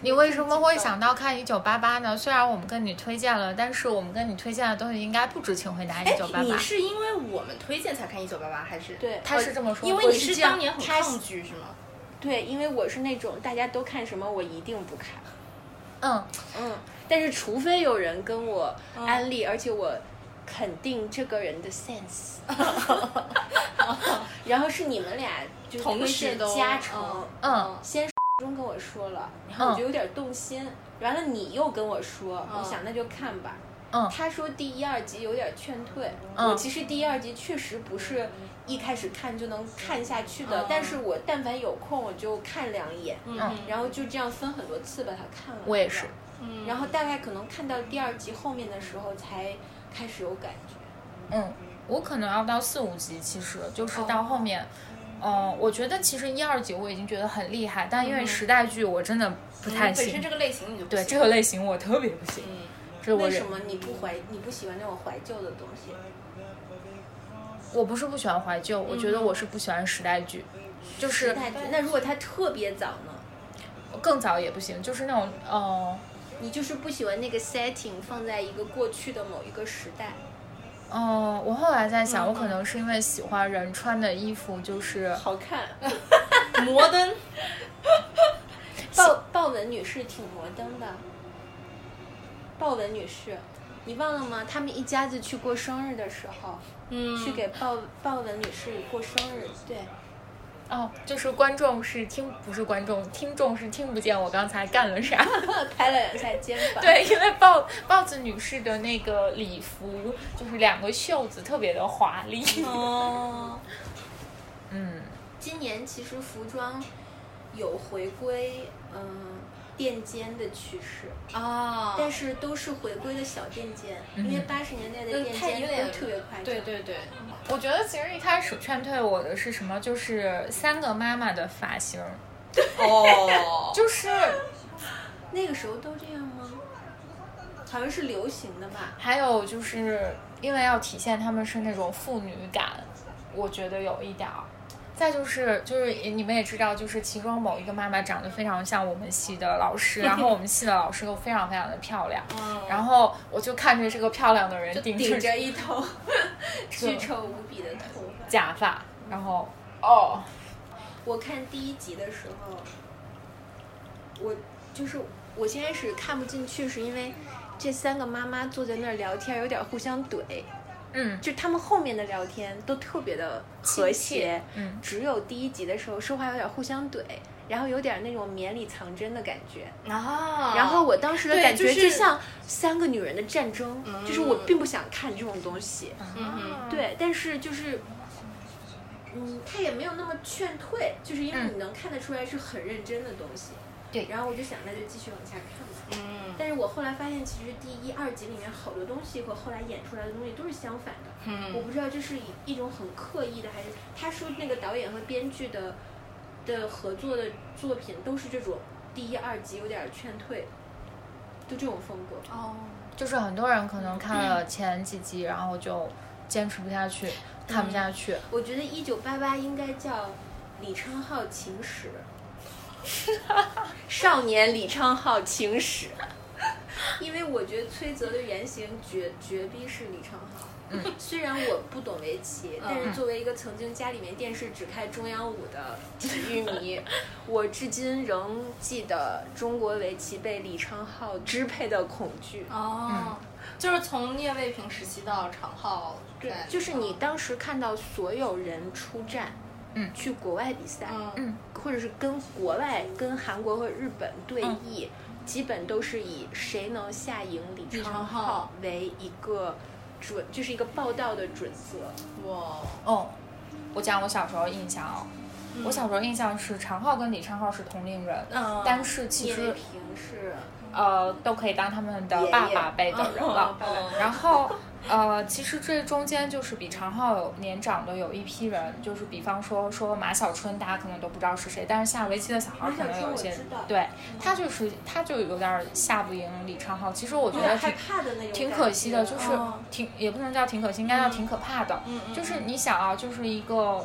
你为什么会想到看1988呢？虽然我们跟你推荐了，但是我们跟你推荐的东西应该不止请回答1988。 你是因为我们推荐才看1988，还是？ 对， 他是这么说。 因为你是当年很抗拒是吗？ 对，因为我是那种大家都看什么我一定不看。但是除非有人跟我安利，而且我肯定这个人的 sense， 然后是你们俩就推荐加成，先中跟我说了，然后我就有点动心，完了你又跟我说，我想那就看吧。他说第1、2集有点劝退，我其实第1、2集确实不是一开始看就能看下去的，但是我但凡有空我就看2眼，然后就这样分很多次把它看了。 我也是， 然后大概可能看到第2集后面的时候才开始有感觉。 我可能要到4、5集，其实就是到后面。我觉得其实1、2集我已经觉得很厉害，但因为时代剧我真的不太行。 本身这个类型你就不行。 对这个类型我特别不行。 为什么你不喜欢那种怀旧的东西？ 我不是不喜欢怀旧，我觉得我是不喜欢时代剧，就是时代剧。那如果它特别早呢？ 更早也不行，就是那种你就是不喜欢那个 setting 放在一个过去的某一个时代。 我后来在想，我可能是因为喜欢人穿的衣服就是好看， 摩登。 豹纹女士挺摩登的。豹纹女士，你忘了吗？他们一家子去过生日的时候，去给豹纹女士过生日，对。 就是观众是不是观众，听众是听不见我刚才干了啥， 拍了2下肩膀。 对，因为豹子女士的那个礼服就是2个袖子特别的华丽。 今年其实服装有回归垫肩的趋势但是都是回归的小垫肩，因为80年代的垫肩都特别夸张。 对。 我觉得其实一开始劝退我的是什么？就是3个妈妈的发型。就是那个时候都这样吗？好像是流行的吧。 还有就是因为要体现他们是那种妇女感，我觉得有一点儿。再就是你们也知道，就是其中某一个妈妈长得非常像我们系的老师，然后我们系的老师都非常非常的漂亮，然后我就看着这个漂亮的人顶着一头巨丑无比的头发假发，然后我看第1集的时候，我先开始看不进去，是因为这3个妈妈坐在那儿聊天有点互相怼。就他们后面的聊天都特别的和谐，只有第1集的时候说话有点互相怼，然后有点那种绵里藏针的感觉然后我当时的感觉就像3个女人的战争，就是我并不想看这种东西，对，但是就是他也没有那么劝退，就是因为你能看得出来是很认真的东西， 对， 然后我就想那就继续往下看吧。但是我后来发现，其实第1、2集里面好多东西和后来演出来的东西都是相反的。我不知道这是一种很刻意的，还是他说那个导演和编剧的合作的作品都是这种第1、2集有点劝退，就这种风格。 就是很多人可能看了前几集，然后就坚持不下去，看不下去。 我觉得1988应该叫李昌镐情史。少年李昌镐情史，因为我觉得崔泽的原型绝逼是李昌镐。虽然我不懂围棋，但是作为一个曾经家里面电视只开中央5的体育迷，我至今仍记得中国围棋被李昌镐支配的恐惧。 就是从聂卫平时期到常镐， 对，就是你当时看到所有人出战。去国外比赛，或者是跟国外、跟韩国和日本对弈，基本都是以谁能下赢李昌镐为一个就是一个报道的准则。 我讲我小时候印象我小时候印象是常镐跟李昌镐是同龄人，但是其实聂卫平是都可以当他们的爸爸辈的人了。然后其实这中间就是比常镐年长的有一批人，就是比方说马小春，大家可能都不知道是谁，但是下围棋的小孩可能有一些，对，他就有点下不赢李昌镐。其实我觉得挺可惜的，就是也不能叫挺可惜，应该叫挺可怕的。就是你想就是一个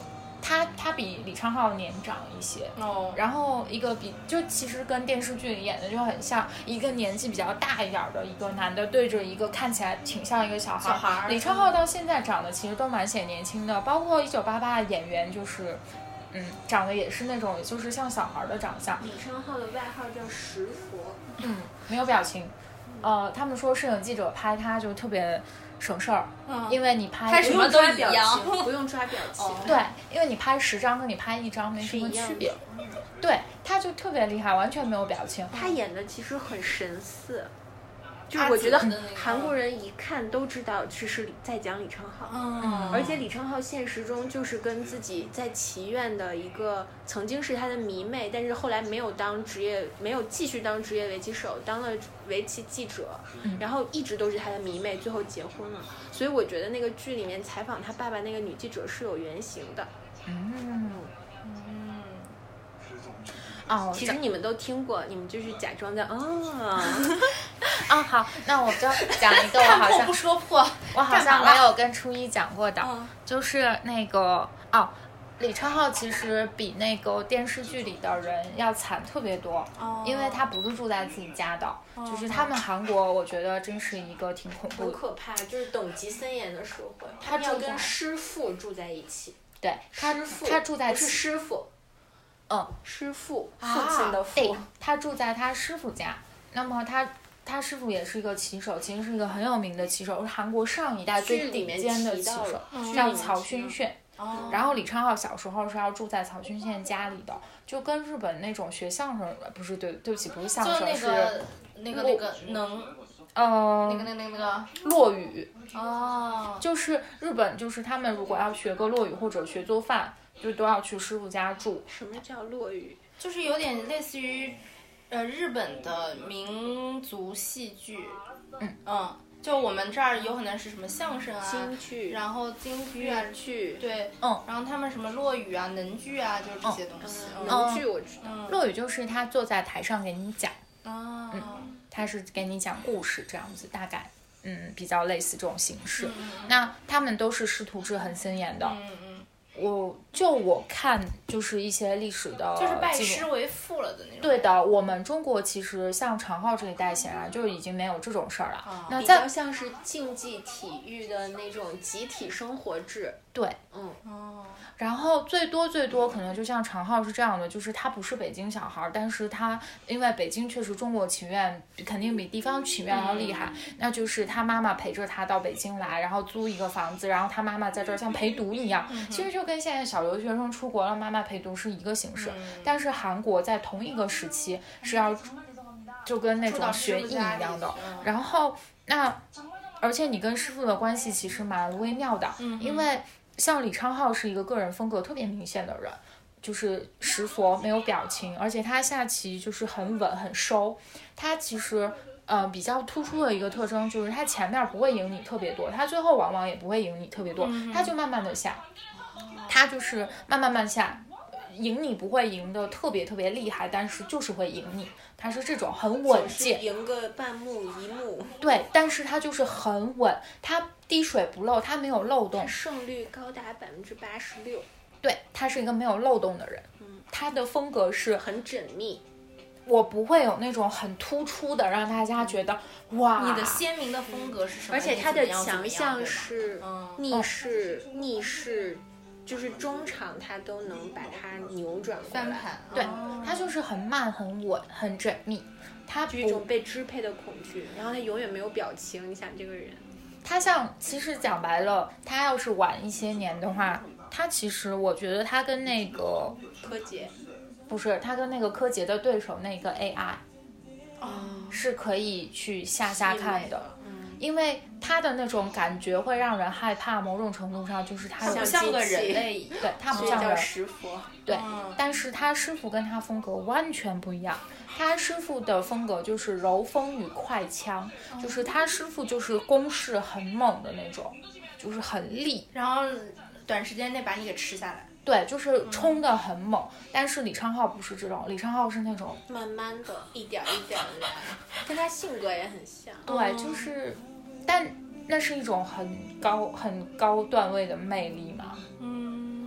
他比李昌镐年长一些，然后一个就其实跟电视剧里演的就很像，一个年纪比较大一点的一个男的对着一个看起来挺像一个小孩。李昌镐到现在长得其实都蛮显年轻的，包括1988的演员就是长得也是那种就是像小孩的长相。 李昌镐的外号叫石佛， 没有表情。他们说摄影记者拍他就特别省事儿，因为你拍什么都一样， 不用抓表情。 对，因为你拍10张跟你拍1张没什么区别。对，他就特别厉害，完全没有表情。 他演的其实很神似，就是我觉得韩国人一看都知道这是在讲李昌镐。而且李昌镐现实中就是跟自己在祈愿的一个曾经是他的迷妹，但是后来没有继续当职业围棋手，当了围棋记者，然后一直都是他的迷妹，最后结婚了。所以我觉得那个剧里面采访他爸爸那个女记者是有原型的。其实你们都听过，你们就是假装的好，那我就讲一个我好像不说破， 我好像没有跟初一讲过的，就是那个李昌镐其实比那个电视剧里的人要惨特别多，因为他不是住在自己家的，就是他们韩国，我觉得真是一个挺恐怖的， 很可怕，就是等级森严的社会，他要跟师父住在一起。 对，他住在不是师傅。师父， 父亲的父， 他住在他师傅家。那么他师傅也是一个棋手，其实是一个很有名的棋手，是韩国上一代最顶尖的棋手，叫曹勋炫。然后李昌镐小时候是要住在曹勋炫家里的，就跟日本那种学相声，不是对不起，不是相声，是那个落语。就是日本，就是他们如果要学个落语或者学做饭，就都要去师傅家住。 什么叫落语？ 就是有点类似于日本的民族戏剧。就我们这儿有可能是什么相声啊、 京剧， 然后京剧啊，对，然后他们什么落语啊、能剧啊，就是这些东西。 能剧我知道， 落语就是他坐在台上给你讲，他是给你讲故事这样子，大概比较类似这种形式。那他们都是师徒制很森严的。我看就是一些历史的， 就是拜师为父了的那种。 对的，我们中国其实像长镐这一代显然就已经没有这种事儿了。那比较像是竞技体育的那种集体生活制。 对，然后最多可能就像长镐是这样的，就是他不是北京小孩，但是他因为北京确实中国棋院肯定比地方棋院要厉害，那就是他妈妈陪着他到北京来，然后租一个房子，然后他妈妈在这儿像陪读一样，其实就跟现在小留学生出国了妈妈陪读是一个形式。但是韩国在同一个时期是要就跟那种学艺一样的，然后而且你跟师傅的关系其实蛮微妙的，因为像李昌镐是一个个人风格特别明显的人，就是石佛没有表情，而且他下棋就是很稳很收。他其实比较突出的一个特征就是他前面不会赢你特别多，他最后往往也不会赢你特别多，他就慢慢的下，他就是慢慢下，赢你不会赢的特别厉害，但是就是会赢你，他是这种很稳健， 赢个半目一目。 对，但是他就是很稳，他滴水不漏，他没有漏洞， 胜率高达86%。 对，他是一个没有漏洞的人。他的风格是很缜密， 我不会有那种很突出的让大家觉得哇， 你的鲜明的风格是什么？ 而且他的强项是逆势。就是中场他都能把它扭转过来， 翻盘。 对，他就是很慢很稳很缜密，他就一种被支配的恐惧，然后他永远没有表情。你想这个人， 他其实讲白了，他要是晚一些年的话，他其实我觉得他跟那个柯洁， 不是他跟那个柯洁的对手那个 AI，是可以去下看的。因为他的那种感觉会让人害怕，某种程度上就是他不像个人类， 对，他不像人， 石佛， 对，但是他师傅跟他风格完全不一样，他师傅的风格就是柔风与快枪，就是他师傅就是攻势很猛的那种，就是很力， 然后短时间内把你给吃下来。 对，就是冲得很猛，但是李昌镐不是这种，李昌镐是那种慢慢的一点一点的来，跟他性格也很像。 对，就是但那是一种很高段位的魅力嘛。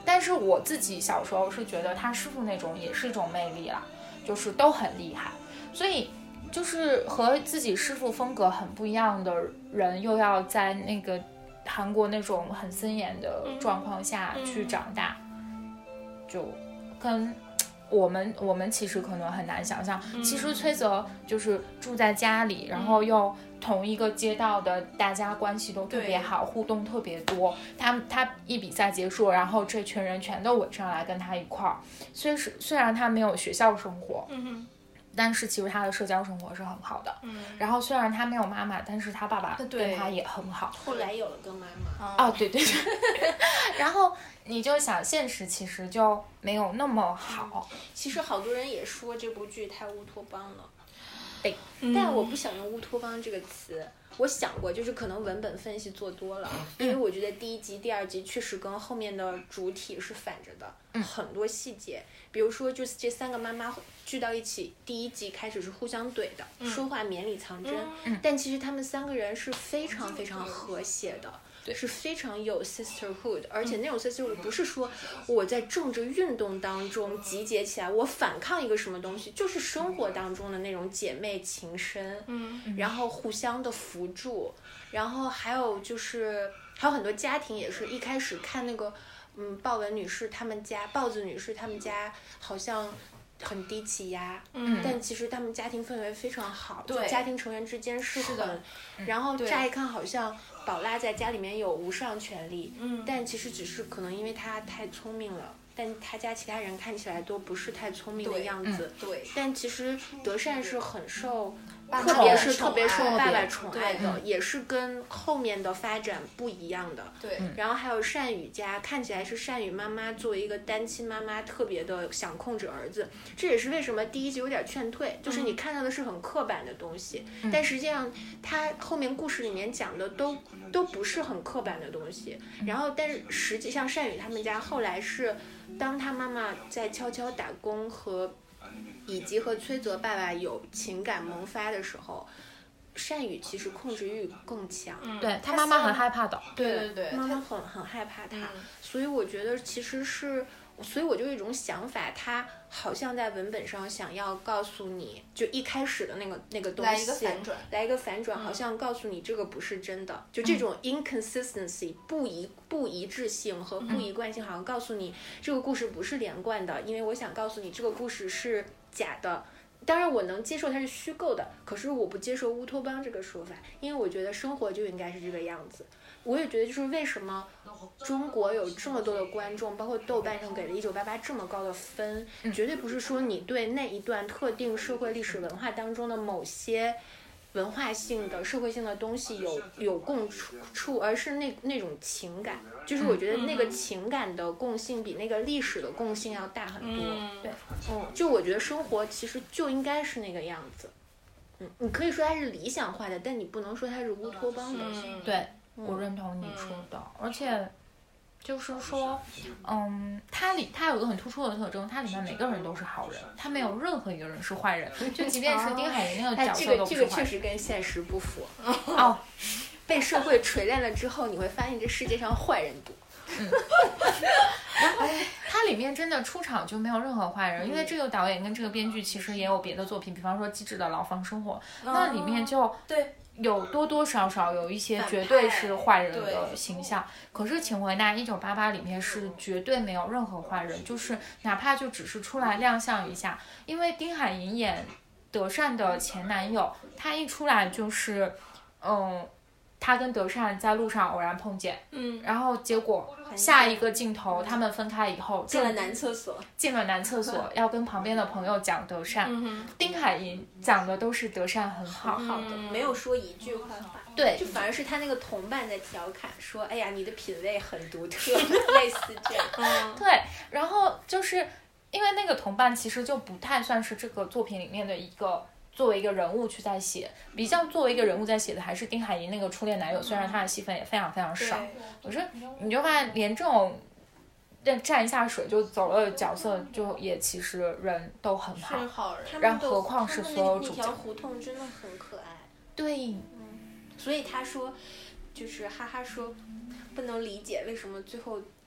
但是我自己小时候是觉得他师傅那种也是一种魅力啦，就是都很厉害，所以就是和自己师傅风格很不一样的人，又要在那个韩国那种很森严的状况下去长大，就跟我们其实可能很难想象。其实崔泽就是住在家里，然后又同一个街道的，大家关系都特别好，互动特别多。他一比赛结束，然后这群人全都围上来跟他一块儿。虽然他没有学校生活，但是其实他的社交生活是很好的。然后虽然他没有妈妈，但是他爸爸跟他也很好。 后来有了个妈妈。 哦，对。然后你就想，现实其实就没有那么好。 其实好多人也说这部剧太乌托邦了。但我不想用乌托邦这个词，我想过，就是可能文本分析做多了，因为我觉得第一集、第二集确实跟后面的主体是反着的，很多细节，比如说就是这三个妈妈聚到一起，第一集开始是互相怼的，说话绵里藏针，但其实他们三个人是非常非常和谐的。是非常有 sisterhood， 而且那种 sisterhood 不是说我在政治运动当中集结起来，我反抗一个什么东西，就是生活当中的那种姐妹情深，然后互相的扶助，然后还有很多家庭也是一开始看那个豹子女士他们家好像很低气压，但其实他们家庭氛围非常好，就家庭成员之间是很，然后乍一看好像宝拉在家里面有无上权力，但其实只是可能因为她太聪明了，但他家其他人看起来都不是太聪明的样子，但其实德善是很受，特别受爸爸宠爱的，也是跟后面的发展不一样的。然后还有善宇家，看起来是善宇妈妈作为一个单亲妈妈，特别的想控制儿子，这也是为什么第一集有点劝退，就是你看到的是很刻板的东西，但实际上他后面故事里面讲的都不是很刻板的东西。然后但是实际上善宇他们家后来是，当他妈妈在悄悄打工以及和崔泽爸爸有情感萌发的时候，善宇其实控制欲更强， 对他妈妈很害怕的， 对，妈妈很害怕他，所以我觉得其实是，所以我就有一种想法，他好像在文本上想要告诉你，就一开始的那个东西来一个反转，好像告诉你这个不是真的，就这种 inconsistency 不一致性和不一贯性，好像告诉你这个故事不是连贯的，因为我想告诉你这个故事是假的。当然我能接受它是虚构的，可是我不接受乌托邦这个说法，因为我觉得生活就应该是这个样子。我也觉得就是为什么中国有这么多的观众，包括豆瓣上给了1988这么高的分，绝对不是说你对那一段特定社会历史文化当中的某些文化性的社会性的东西有共处，而是那种情感，就是我觉得那个情感的共性比那个历史的共性要大很多。对，就我觉得生活其实就应该是那个样子。你可以说它是理想化的，但你不能说它是乌托邦的。 对，我认同你说的，而且就是说，它有一个很突出的特征，它里面每个人都是好人，它没有任何一个人是坏人，就即便是丁海寅那个角色都不是坏人。 这个确实跟现实不符。被社会锤炼了之后，你会发现这世界上坏人多。 然后它里面真的出场就没有任何坏人，因为这个导演跟这个编剧其实也有别的作品，比方说《机智的牢房生活》，那里面就有多多少少有一些绝对是坏人的形象，可是《请回答1988》里面是绝对没有任何坏人，就是哪怕就只是出来亮相一下，因为丁海寅演德善的前男友，他一出来就是他跟德善在路上偶然碰见，然后结果下一个镜头他们分开以后进了男厕所要跟旁边的朋友讲德善，丁海寅讲的都是德善很好的，没有说一句坏话， 对， 就反而是他那个同伴在调侃说，哎呀，你的品味很独特，类似这样。 对，然后就是因为那个同伴其实就不太算是这个作品里面的一个作为一个人物去在写，比较作为一个人物在写的还是丁海寅那个初恋男友，虽然他的戏份也非常非常少，可是你就发现连这种站一下水就走了的角色，就也其实人都很好， 是好人， 然后何况是所有主角。 那条胡同真的很可爱。 对， 所以他说，就是哈哈说，不能理解为什么最后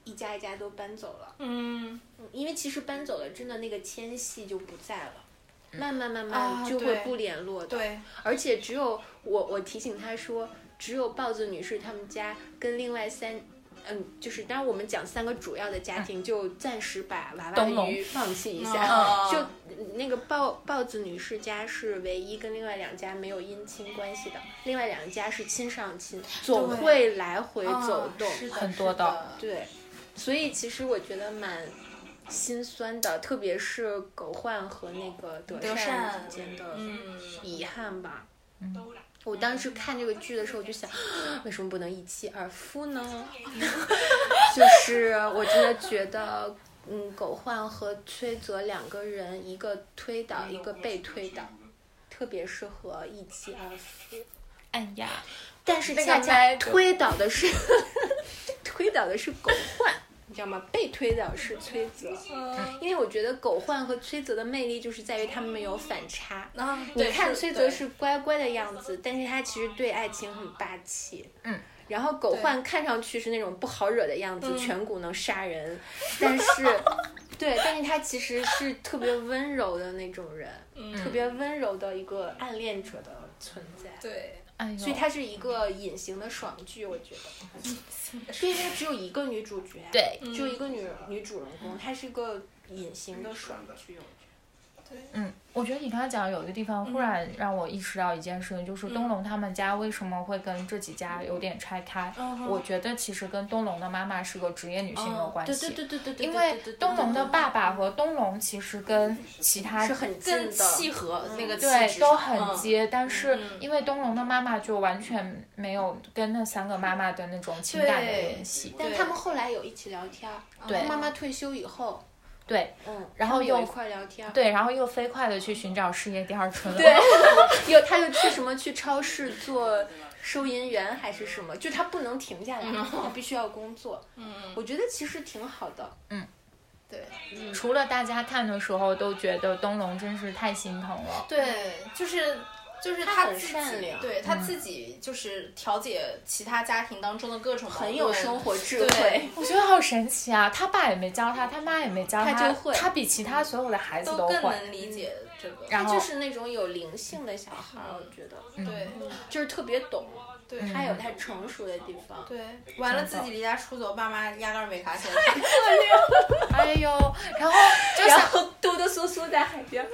一家一家都搬走了。因为其实搬走了，真的那个牵系就不在了，慢慢就会不联络的。 对， 而且只有我提醒他说，只有豹子女士他们家跟另外就是当然我们讲3个主要的家庭，就暂时把娃娃鱼放弃一下。就那个豹子女士家是唯一跟另外2家没有姻亲关系的，另外2家是亲上亲，总会来回走动， 很多的。 对，所以其实我觉得蛮心酸的，特别是狗焕和那个德善之间的遗憾吧。我当时看这个剧的时候，我就想，为什么不能一妻2夫呢？就是我真的觉得，狗焕和崔泽2个人，一个推倒，一个被推倒，特别适合一妻2夫。 哎呀， 但是恰恰推倒的是狗焕。你知道吗？被推倒是崔泽，因为我觉得狗焕和崔泽的魅力就是在于他们有反差。你看崔泽是乖乖的样子，但是他其实对爱情很霸气。然后狗焕看上去是那种不好惹的样子，颧骨能杀人，但是他其实是特别温柔的那种人，特别温柔的一个暗恋者的存在。 对。 所以它是一个隐形的爽剧，我觉得。对，它只有一个女主角， 对， 只有一个女主人公，它是一个隐形的爽剧，我觉得。 我觉得你刚才讲的有一个地方忽然让我意识到一件事情，就是东龙他们家为什么会跟这几家有点拆开。我觉得其实跟东龙的妈妈是个职业女性有关系。 对， 因为东龙的爸爸和东龙其实跟其他是很近的， 契合那个对都很接，但是因为东龙的妈妈就完全没有跟那3个妈妈的那种情感的联系。 但他们后来有一起聊天， 对， 妈妈退休以后。 对，然后又一块聊天， 对，然后又飞快的去寻找事业第2春了。 对，他又去超市做收银员还是什么，就他不能停下来，他必须要工作。我觉得其实挺好的。 对， 除了大家看的时候都觉得东龙真是太心疼了。 对，就是他很善良， 对他自己就是调解其他家庭当中的各种矛盾， 很有生活智慧。 我觉得好神奇啊！他爸也没教他，他妈也没教他就会， 他比其他所有的孩子都会， 更能理解这个。 他就是那种有灵性的小孩，我觉得， 对， 就是特别懂。 对， 他有他成熟的地方。 对，完了自己离家出走，爸妈压根儿没发现。 哎呦，然后哆哆嗦嗦在海边。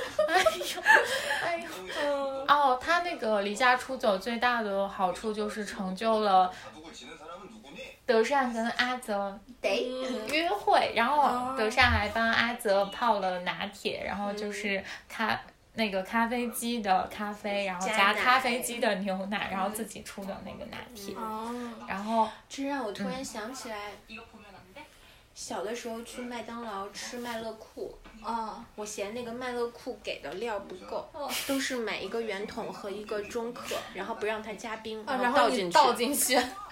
哎呦，哦，他那个离家出走最大的好处就是成就了德善跟阿泽约会，然后德善还帮阿泽泡了拿铁，然后就是那个咖啡机的咖啡，然后加咖啡机的牛奶，然后自己出的那个拿铁。然后这让我突然想起来，小的时候去麦当劳吃麦乐库，我嫌那个麦乐库给的料不够，都是买一个圆筒和一个中克，然后不让它加冰， 然后倒进去。